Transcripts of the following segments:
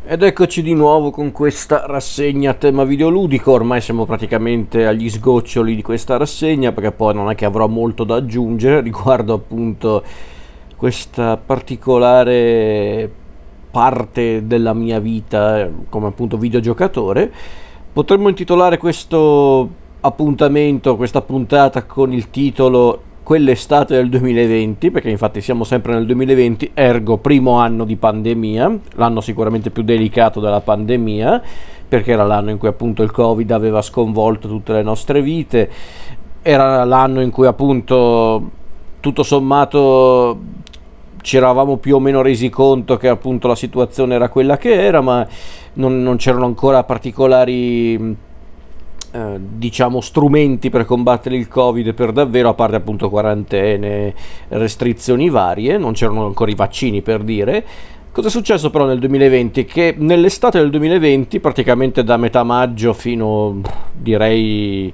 Ed eccoci di nuovo con questa rassegna a tema videoludico. Ormai siamo praticamente agli sgoccioli di questa rassegna, perché poi non è che avrò molto da aggiungere riguardo appunto questa particolare parte della mia vita come appunto videogiocatore. Potremmo intitolare questo appuntamento, questa puntata, con il titolo Quell'estate del 2020, perché infatti siamo sempre nel 2020, ergo primo anno di pandemia, l'anno sicuramente più delicato della pandemia, perché era l'anno in cui appunto il Covid aveva sconvolto tutte le nostre vite, era l'anno in cui appunto tutto sommato ci eravamo più o meno resi conto che appunto la situazione era quella che era, ma non c'erano ancora particolari diciamo strumenti per combattere il Covid per davvero, a parte appunto quarantene, restrizioni varie, non c'erano ancora i vaccini, per dire. Cosa è successo però nel 2020? Che nell'estate del 2020, praticamente da metà maggio fino, direi,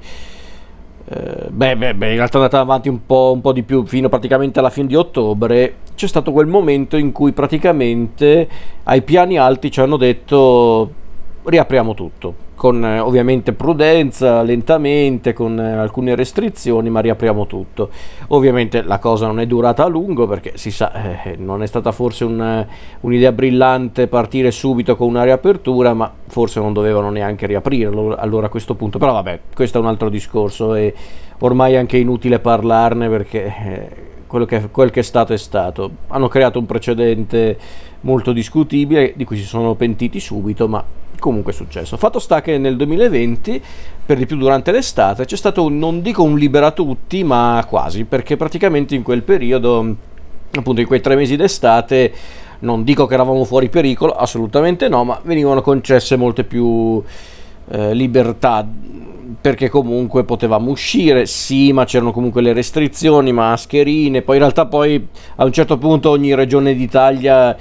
in realtà è andata avanti un po' di più, fino praticamente alla fine di ottobre, c'è stato quel momento in cui praticamente ai piani alti ci hanno detto riapriamo tutto, con ovviamente prudenza, lentamente, con alcune restrizioni, ma riapriamo tutto. Ovviamente la cosa non è durata a lungo, perché si sa, non è stata forse un'idea brillante partire subito con una riapertura, ma forse non dovevano neanche riaprire allora a questo punto. Però vabbè, questo è un altro discorso e ormai è anche inutile parlarne, perché quel che è stato è stato. Hanno creato un precedente molto discutibile, di cui si sono pentiti subito, ma comunque è successo. Fatto sta che nel 2020, per di più durante l'estate, c'è stato non dico un libera tutti, ma quasi, perché praticamente in quel periodo, appunto in quei 3 mesi d'estate, non dico che eravamo fuori pericolo, assolutamente no, ma venivano concesse molte più libertà, perché comunque potevamo uscire, sì, ma c'erano comunque le restrizioni, mascherine, poi in realtà poi a un certo punto ogni regione d'Italia,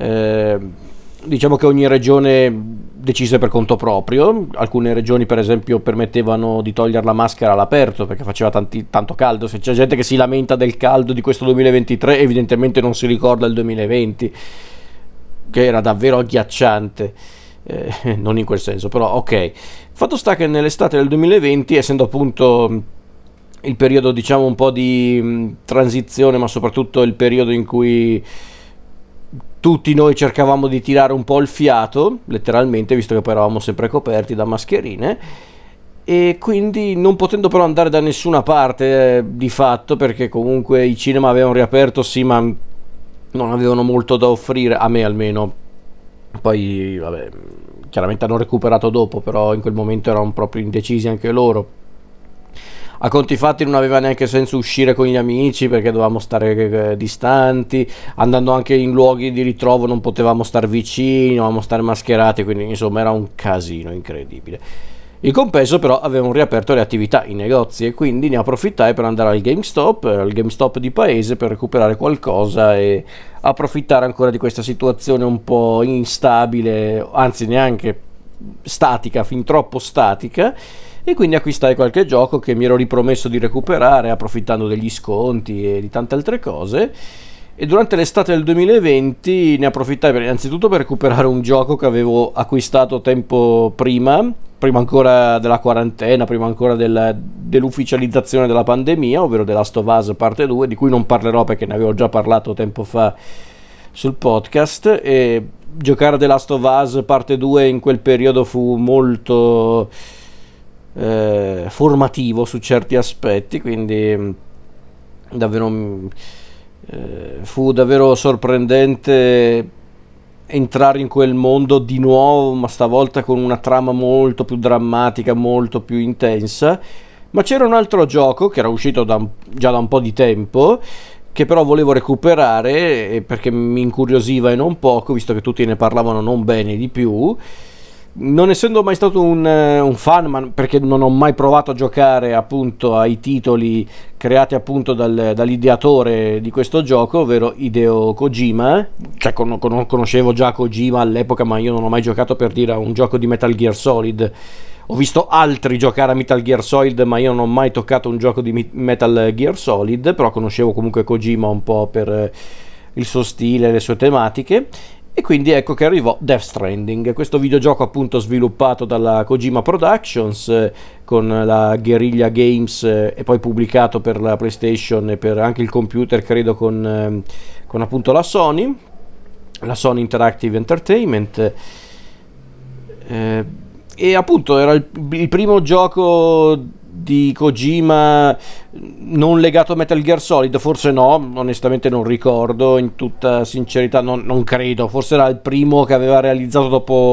diciamo che ogni regione decise per conto proprio. Alcune regioni per esempio permettevano di togliere la maschera all'aperto perché faceva tanto caldo. Se c'è gente che si lamenta del caldo di questo 2023, evidentemente non si ricorda il 2020, che era davvero agghiacciante. Non in quel senso, però ok. Fatto sta che nell'estate del 2020, essendo appunto il periodo diciamo un po' di transizione, ma soprattutto il periodo in cui tutti noi cercavamo di tirare un po' il fiato, letteralmente, visto che poi eravamo sempre coperti da mascherine, e quindi non potendo però andare da nessuna parte, di fatto, perché comunque i cinema avevano riaperto, sì, ma non avevano molto da offrire, a me almeno. Poi vabbè, chiaramente hanno recuperato dopo, però in quel momento erano proprio indecisi anche loro. A conti fatti non aveva neanche senso uscire con gli amici, perché dovevamo stare distanti, andando anche in luoghi di ritrovo non potevamo star vicini, dovevamo stare mascherati, quindi insomma era un casino incredibile. In compenso però avevano riaperto le attività, i negozi, e quindi ne approfittai per andare al GameStop di paese, per recuperare qualcosa e approfittare ancora di questa situazione un po' instabile, anzi neanche statica, fin troppo statica, e quindi acquistai qualche gioco che mi ero ripromesso di recuperare, approfittando degli sconti e di tante altre cose. E durante l'estate del 2020 ne approfittai innanzitutto per recuperare un gioco che avevo acquistato tempo prima ancora della quarantena, prima ancora dell'ufficializzazione della pandemia, ovvero The Last of Us parte 2, di cui non parlerò perché ne avevo già parlato tempo fa sul podcast. E giocare The Last of Us parte 2 in quel periodo fu molto formativo su certi aspetti, quindi davvero fu davvero sorprendente entrare in quel mondo di nuovo, ma stavolta con una trama molto più drammatica, molto più intensa. Ma c'era un altro gioco che era uscito già da un po' di tempo, che però volevo recuperare perché mi incuriosiva e non poco, visto che tutti ne parlavano non bene di più. Non essendo mai stato un fan, ma perché non ho mai provato a giocare appunto ai titoli creati appunto dall'ideatore di questo gioco, ovvero Hideo Kojima, cioè conoscevo già Kojima all'epoca, ma io non ho mai giocato, per dire, a un gioco di Metal Gear Solid. Ho visto altri giocare a Metal Gear Solid, ma io non ho mai toccato un gioco di Metal Gear Solid, però conoscevo comunque Kojima un po' per il suo stile e le sue tematiche. E quindi ecco che arrivò Death Stranding, questo videogioco appunto sviluppato dalla Kojima Productions con la Guerrilla Games e poi pubblicato per la PlayStation e per anche il computer, credo, con appunto la Sony Interactive Entertainment. E appunto era il primo gioco di Kojima non legato a Metal Gear Solid, forse no, onestamente non ricordo, in tutta sincerità non credo, forse era il primo che aveva realizzato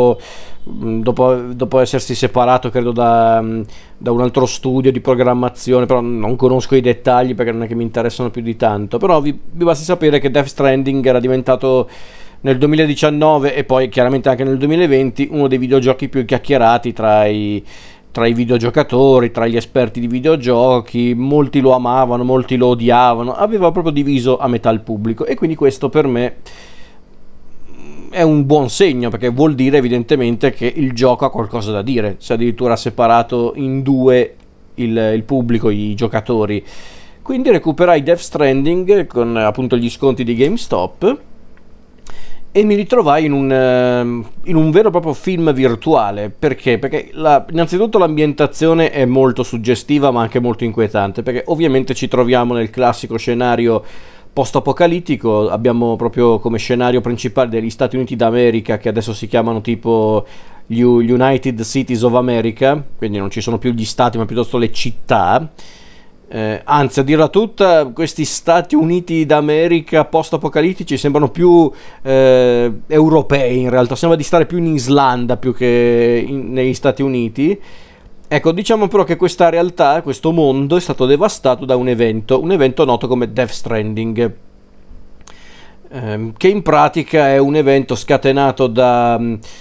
dopo essersi separato, credo, da un altro studio di programmazione, però non conosco i dettagli perché non è che mi interessano più di tanto. Però vi basti sapere che Death Stranding era diventato nel 2019 e poi chiaramente anche nel 2020 uno dei videogiochi più chiacchierati tra i videogiocatori, tra gli esperti di videogiochi. Molti lo amavano, molti lo odiavano, aveva proprio diviso a metà il pubblico, e quindi questo per me è un buon segno, perché vuol dire evidentemente che il gioco ha qualcosa da dire, se addirittura ha separato in due il pubblico, i giocatori. Quindi recuperai Death Stranding con appunto gli sconti di GameStop e mi ritrovai in un vero e proprio film virtuale. Perché? Perché innanzitutto l'ambientazione è molto suggestiva ma anche molto inquietante, perché ovviamente ci troviamo nel classico scenario post-apocalittico. Abbiamo proprio come scenario principale degli Stati Uniti d'America, che adesso si chiamano tipo United Cities of America, quindi non ci sono più gli stati ma piuttosto le città. Anzi, a dirla tutta, questi Stati Uniti d'America post-apocalittici sembrano più europei in realtà, sembra di stare più in Islanda più che negli Stati Uniti. Ecco, diciamo però che questa realtà, questo mondo è stato devastato da un evento noto come Death Stranding, che in pratica è un evento scatenato da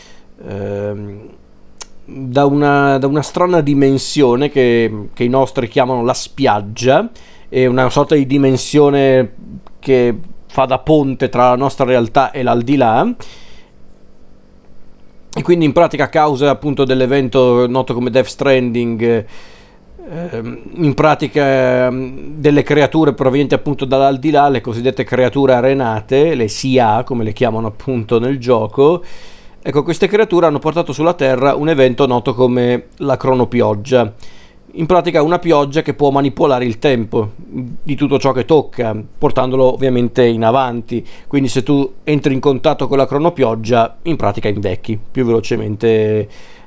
una strana dimensione che i nostri chiamano la spiaggia. È una sorta di dimensione che fa da ponte tra la nostra realtà e l'aldilà, e quindi in pratica, a causa appunto dell'evento noto come Death Stranding, in pratica delle creature provenienti appunto dall'aldilà, le cosiddette creature arenate, le SIA come le chiamano appunto nel gioco. Ecco, queste creature hanno portato sulla Terra un evento noto come la cronopioggia. In pratica una pioggia che può manipolare il tempo di tutto ciò che tocca, portandolo ovviamente in avanti. Quindi se tu entri in contatto con la cronopioggia, in pratica invecchi più velocemente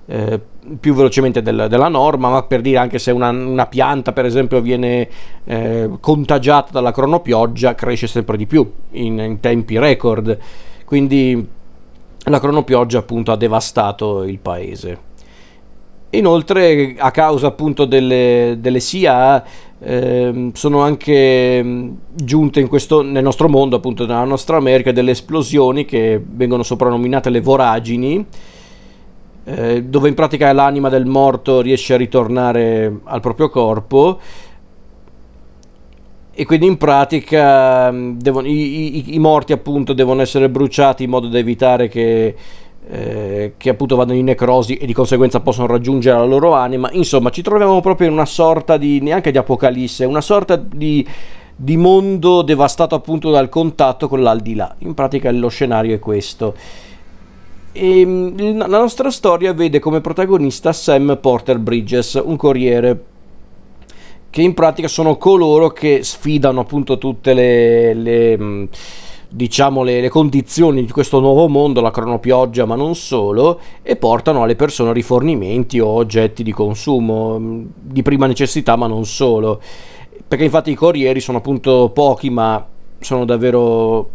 della norma. Ma per dire, anche se una pianta per esempio viene contagiata dalla cronopioggia, cresce sempre di più in tempi record. Quindi la cronopioggia appunto ha devastato il paese. Inoltre, a causa appunto delle SIA, sono anche giunte nel nostro mondo, appunto nella nostra America, delle esplosioni che vengono soprannominate le voragini, dove in pratica l'anima del morto riesce a ritornare al proprio corpo. E quindi in pratica i morti appunto devono essere bruciati in modo da evitare che appunto vadano in necrosi e di conseguenza possono raggiungere la loro anima. Insomma, ci troviamo proprio in una sorta neanche di apocalisse, una sorta di mondo devastato appunto dal contatto con l'aldilà. In pratica lo scenario è questo. E la nostra storia vede come protagonista Sam Porter Bridges, un corriere, che in pratica sono coloro che sfidano appunto tutte le condizioni di questo nuovo mondo, la cronopioggia, ma non solo, e portano alle persone rifornimenti o oggetti di consumo di prima necessità, ma non solo, perché infatti i corrieri sono appunto pochi, ma sono davvero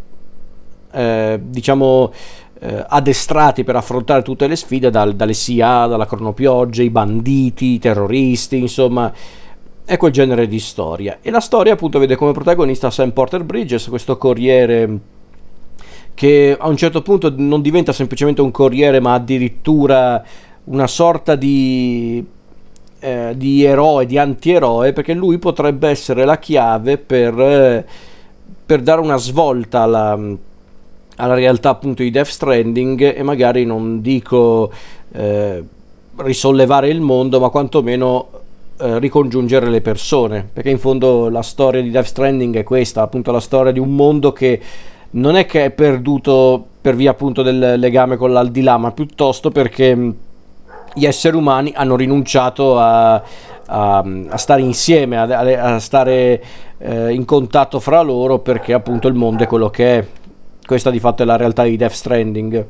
addestrati per affrontare tutte le sfide, dalle SIA, dalla cronopioggia, i banditi, i terroristi, insomma è quel genere di storia. E la storia appunto vede come protagonista Sam Porter Bridges, questo corriere che a un certo punto non diventa semplicemente un corriere, ma addirittura una sorta di eroe, di antieroe, perché lui potrebbe essere la chiave per dare una svolta alla realtà appunto di Death Stranding, e magari non dico risollevare il mondo, ma quantomeno ricongiungere le persone, perché in fondo la storia di Death Stranding è questa, appunto la storia di un mondo che non è che è perduto per via appunto del legame con l'aldilà, ma piuttosto perché gli esseri umani hanno rinunciato a stare insieme, a stare in contatto fra loro, perché appunto il mondo è quello che è. Questa di fatto è la realtà di Death Stranding.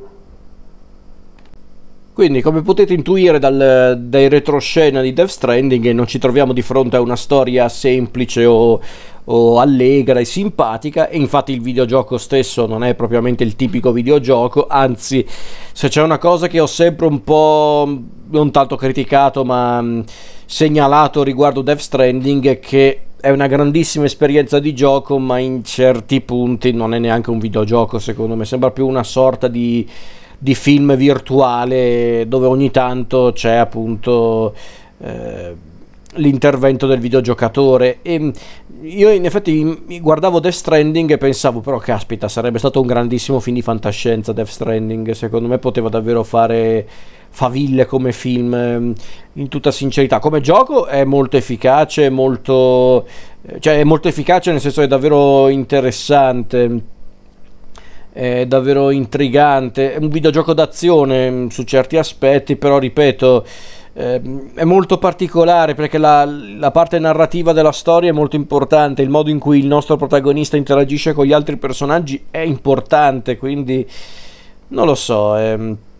Quindi, come potete intuire dai retroscena di Death Stranding, non ci troviamo di fronte a una storia semplice o allegra e simpatica, e infatti il videogioco stesso non è propriamente il tipico videogioco. Anzi, se c'è una cosa che ho sempre un po' non tanto criticato ma segnalato riguardo Death Stranding, è che è una grandissima esperienza di gioco, ma in certi punti non è neanche un videogioco. Secondo me sembra più una sorta di film virtuale, dove ogni tanto c'è appunto l'intervento del videogiocatore. E io in effetti guardavo Death Stranding e pensavo, però caspita, sarebbe stato un grandissimo film di fantascienza Death Stranding. Secondo me poteva davvero fare faville come film, in tutta sincerità. Come gioco è molto efficace, cioè è molto efficace nel senso che è davvero interessante, è davvero intrigante. È un videogioco d'azione su certi aspetti, però ripeto, è molto particolare, perché la parte narrativa della storia è molto importante, il modo in cui il nostro protagonista interagisce con gli altri personaggi è importante, quindi non lo so, è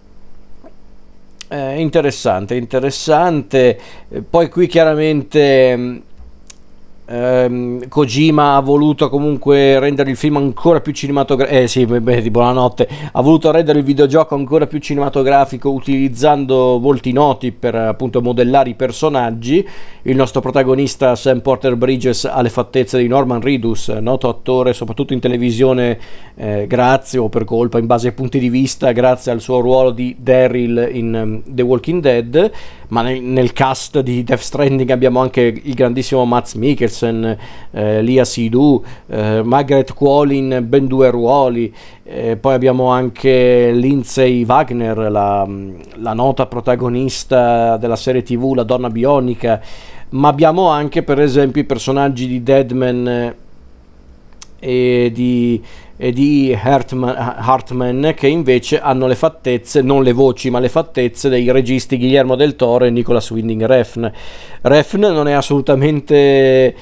interessante, interessante. Poi qui chiaramente Kojima ha voluto comunque rendere il film ancora più cinematografico, sì, beh, di buonanotte, ha voluto rendere il videogioco ancora più cinematografico, utilizzando volti noti per appunto modellare i personaggi. Il nostro protagonista Sam Porter Bridges ha le fattezze di Norman Reedus, noto attore soprattutto in televisione, grazie o per colpa, in base ai punti di vista, grazie al suo ruolo di Daryl in The Walking Dead. Ma nel cast di Death Stranding abbiamo anche il grandissimo Mads Mikkelsen, Lia Seydoux, Margaret Qualley, ben 2 ruoli. Poi abbiamo anche Lindsay Wagner, la nota protagonista della serie TV La Donna Bionica. Ma abbiamo anche per esempio i personaggi di Deadman e di Hartman, che invece hanno le fattezze, non le voci ma le fattezze, dei registi Guillermo del Toro e Nicolas Winding Refn. Refn non è assolutamente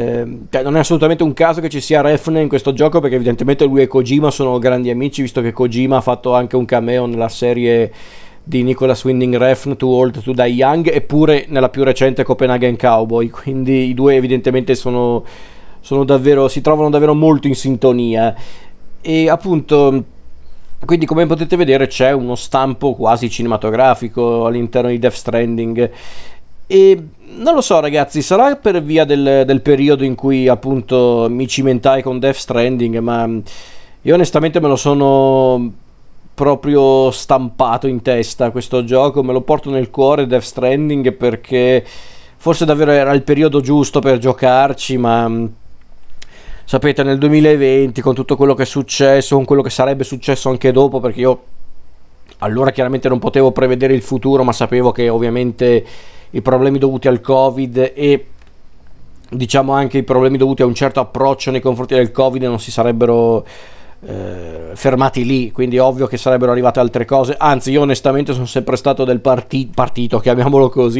un caso che ci sia Refn in questo gioco, perché evidentemente lui e Kojima sono grandi amici, visto che Kojima ha fatto anche un cameo nella serie di Nicolas Winding Refn, Too Old to Die Young, eppure nella più recente Copenaghen Cowboy. Quindi i due evidentemente sono davvero, si trovano davvero molto in sintonia. E appunto, quindi come potete vedere c'è uno stampo quasi cinematografico all'interno di Death Stranding. E non lo so ragazzi, sarà per via del periodo in cui appunto mi cimentai con Death Stranding, ma io onestamente me lo sono proprio stampato in testa questo gioco, me lo porto nel cuore Death Stranding, perché forse davvero era il periodo giusto per giocarci. Ma sapete, nel 2020, con tutto quello che è successo, con quello che sarebbe successo anche dopo, perché io allora chiaramente non potevo prevedere il futuro, ma sapevo che ovviamente i problemi dovuti al Covid e diciamo anche i problemi dovuti a un certo approccio nei confronti del Covid non si sarebbero fermati lì, quindi è ovvio che sarebbero arrivate altre cose. Anzi, io onestamente sono sempre stato del partito, chiamiamolo così,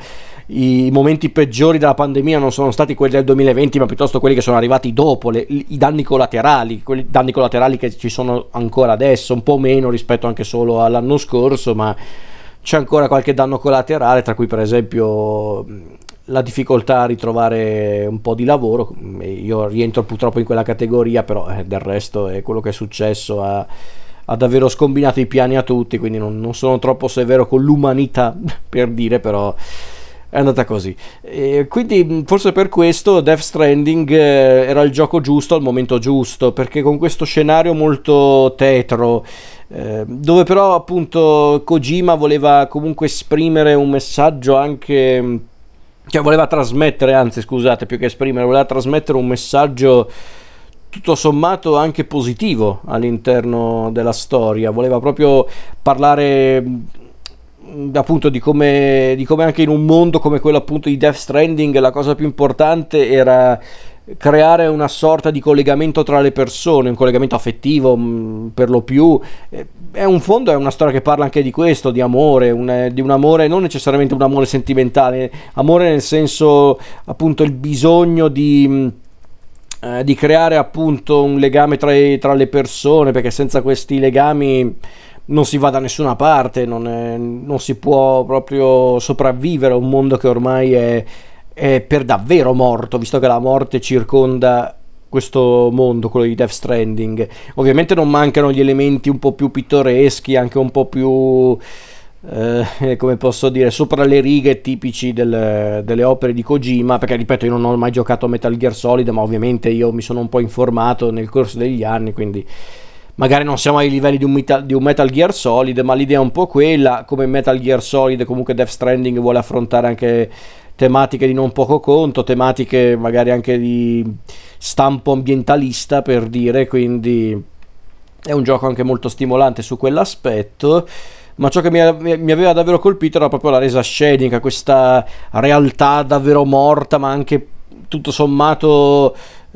i momenti peggiori della pandemia non sono stati quelli del 2020, ma piuttosto quelli che sono arrivati dopo, i danni collaterali, quelli danni collaterali che ci sono ancora adesso, un po' meno rispetto anche solo all'anno scorso, ma c'è ancora qualche danno collaterale, tra cui per esempio la difficoltà a ritrovare un po' di lavoro. Io rientro purtroppo in quella categoria, però del resto è quello che è successo, ha davvero scombinato i piani a tutti, quindi non sono troppo severo con l'umanità per dire, però è andata così. E quindi forse per questo Death Stranding era il gioco giusto al momento giusto, perché con questo scenario molto tetro, dove però appunto Kojima voleva comunque esprimere un messaggio anche, cioè voleva trasmettere, anzi scusate, più che esprimere, voleva trasmettere un messaggio tutto sommato anche positivo all'interno della storia. Voleva proprio parlare appunto di come anche in un mondo come quello appunto di Death Stranding la cosa più importante era creare una sorta di collegamento tra le persone, un collegamento affettivo per lo più. È un fondo, è una storia che parla anche di questo, di amore, di un amore, non necessariamente un amore sentimentale, amore nel senso appunto il bisogno di creare appunto un legame tra le persone, perché senza questi legami non si va da nessuna parte, non si può proprio sopravvivere a un mondo che ormai è per davvero morto, visto che la morte circonda questo mondo, quello di Death Stranding. Ovviamente non mancano gli elementi un po' più pittoreschi, anche un po' più come posso dire, sopra le righe, tipici delle opere di Kojima, perché ripeto, io non ho mai giocato a Metal Gear Solid, ma ovviamente io mi sono un po' informato nel corso degli anni, quindi magari non siamo ai livelli di un Metal Gear Solid, ma l'idea è un po' quella. Come Metal Gear Solid, comunque Death Stranding vuole affrontare anche tematiche di non poco conto, tematiche magari anche di stampo ambientalista, per dire, quindi è un gioco anche molto stimolante su quell'aspetto. Ma ciò che mi aveva davvero colpito era proprio la resa scenica, questa realtà davvero morta, ma anche tutto sommato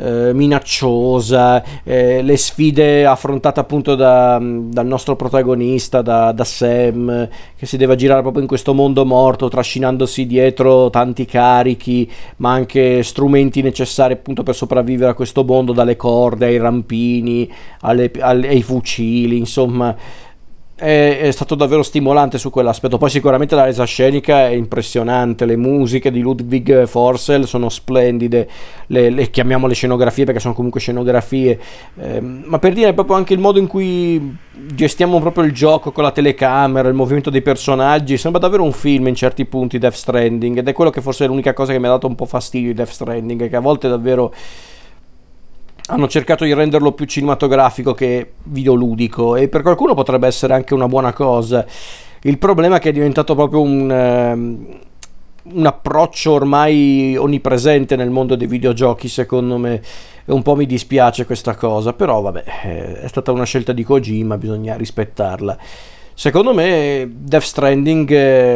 minacciosa, le sfide affrontate appunto dal nostro protagonista, da Sam, che si deve girare proprio in questo mondo morto, trascinandosi dietro tanti carichi, ma anche strumenti necessari appunto per sopravvivere a questo mondo, dalle corde ai rampini, ai fucili, insomma. È stato davvero stimolante su quell'aspetto. Poi sicuramente la resa scenica è impressionante, le musiche di Ludwig Forssell sono splendide, le chiamiamo le scenografie perché sono comunque scenografie, ma per dire proprio anche il modo in cui gestiamo proprio il gioco con la telecamera, il movimento dei personaggi, sembra davvero un film in certi punti Death Stranding, ed è quello che forse è l'unica cosa che mi ha dato un po' fastidio di Death Stranding, che a volte davvero hanno cercato di renderlo più cinematografico che videoludico, e per qualcuno potrebbe essere anche una buona cosa. Il problema è che è diventato proprio un approccio ormai onnipresente nel mondo dei videogiochi, secondo me, e un po' mi dispiace questa cosa, però vabbè, è stata una scelta di Kojima, bisogna rispettarla. Secondo me Death Stranding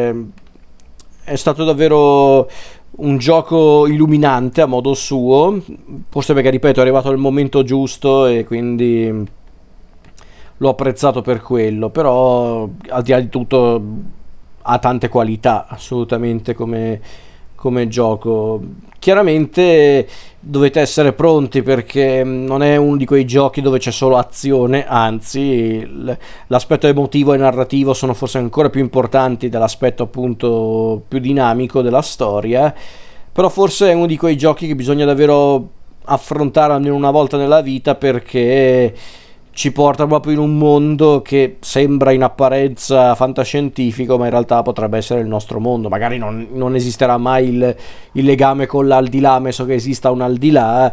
è stato davvero un gioco illuminante a modo suo, forse perché, ripeto, è arrivato al momento giusto e quindi l'ho apprezzato per quello, però al di là di tutto ha tante qualità assolutamente come gioco. Chiaramente dovete essere pronti, perché non è uno di quei giochi dove c'è solo azione, anzi l'aspetto emotivo e narrativo sono forse ancora più importanti dell'aspetto appunto più dinamico della storia, però forse è uno di quei giochi che bisogna davvero affrontare almeno una volta nella vita, perché ci porta proprio in un mondo che sembra in apparenza fantascientifico, ma in realtà potrebbe essere il nostro mondo. Magari non esisterà mai il legame con l'aldilà, ammesso che esista un aldilà,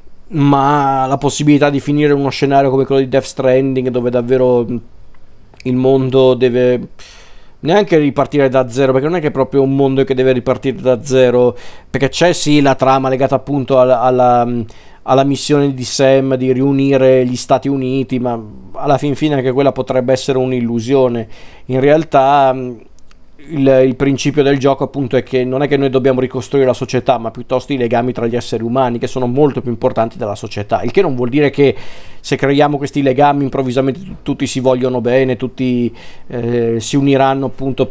ma la possibilità di finire in uno scenario come quello di Death Stranding, dove davvero il mondo deve neanche ripartire da zero, perché non è che è proprio un mondo che deve ripartire da zero, perché c'è sì la trama legata appunto alla missione di Sam di riunire gli Stati Uniti, ma alla fin fine anche quella potrebbe essere un'illusione. In realtà il principio del gioco appunto è che non è che noi dobbiamo ricostruire la società, ma piuttosto i legami tra gli esseri umani, che sono molto più importanti della società, il che non vuol dire che se creiamo questi legami improvvisamente tutti si vogliono bene, tutti si uniranno appunto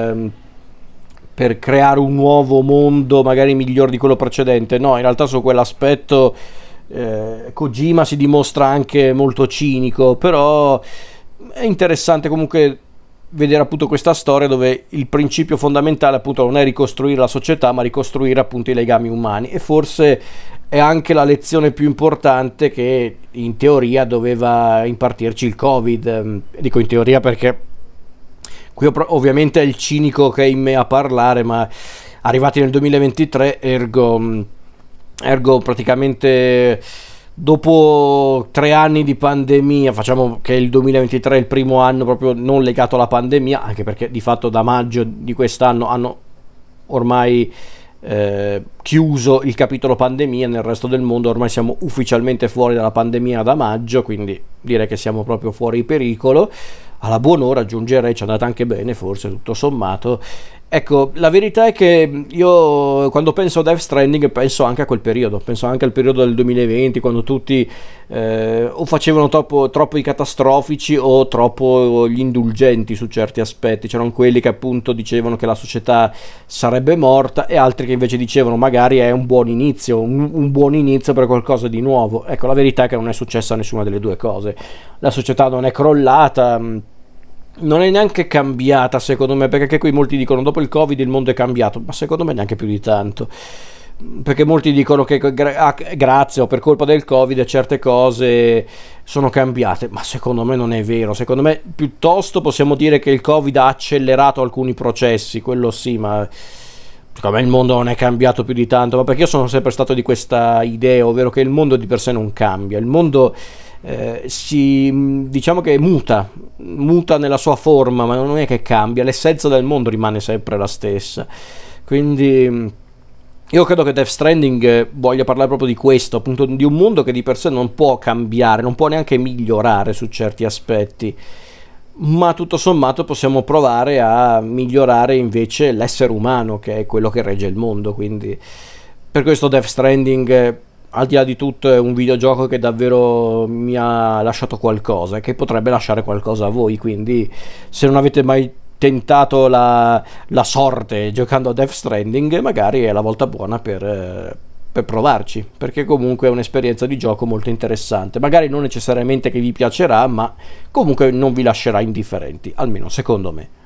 per creare un nuovo mondo magari migliore di quello precedente. No, in realtà su quell'aspetto Kojima si dimostra anche molto cinico, però è interessante comunque vedere appunto questa storia dove il principio fondamentale appunto non è ricostruire la società, ma ricostruire appunto i legami umani, e forse è anche la lezione più importante che in teoria doveva impartirci il Covid. Dico in teoria perché qui ovviamente è il cinico che è in me a parlare, ma arrivati nel 2023, ergo praticamente dopo 3 anni di pandemia, facciamo che il 2023 è il primo anno proprio non legato alla pandemia, anche perché di fatto da maggio di quest'anno hanno ormai chiuso il capitolo pandemia. Nel resto del mondo ormai siamo ufficialmente fuori dalla pandemia da maggio, quindi direi che siamo proprio fuori pericolo. Alla buon'ora aggiungerei, ci è andata anche bene forse tutto sommato, Ecco, la verità è che io quando penso a Death Stranding penso anche a quel periodo, penso anche al periodo del 2020 quando tutti o facevano troppo i catastrofici o troppo gli indulgenti su certi aspetti. C'erano quelli che appunto dicevano che la società sarebbe morta e altri che invece dicevano magari è un buon inizio, un buon inizio per qualcosa di nuovo. Ecco, la verità è che non è successa nessuna delle due cose. La società non è crollata, non è neanche cambiata secondo me, perché anche qui molti dicono dopo il Covid il mondo è cambiato, ma secondo me neanche più di tanto, perché molti dicono che grazie o per colpa del Covid certe cose sono cambiate, ma secondo me non è vero. Secondo me piuttosto possiamo dire che il Covid ha accelerato alcuni processi, quello sì, ma secondo me il mondo non è cambiato più di tanto, ma perché io sono sempre stato di questa idea, ovvero che il mondo di per sé non cambia, il mondo diciamo che muta nella sua forma, ma non è che cambia, l'essenza del mondo rimane sempre la stessa. Quindi io credo che Death Stranding voglia parlare proprio di questo, appunto di un mondo che di per sé non può cambiare, non può neanche migliorare su certi aspetti, ma tutto sommato possiamo provare a migliorare invece l'essere umano, che è quello che regge il mondo. Quindi per questo Death Stranding, al di là di tutto, è un videogioco che davvero mi ha lasciato qualcosa e che potrebbe lasciare qualcosa a voi. Quindi se non avete mai tentato la sorte giocando a Death Stranding, magari è la volta buona per provarci, perché comunque è un'esperienza di gioco molto interessante. Magari non necessariamente che vi piacerà, ma comunque non vi lascerà indifferenti, almeno secondo me.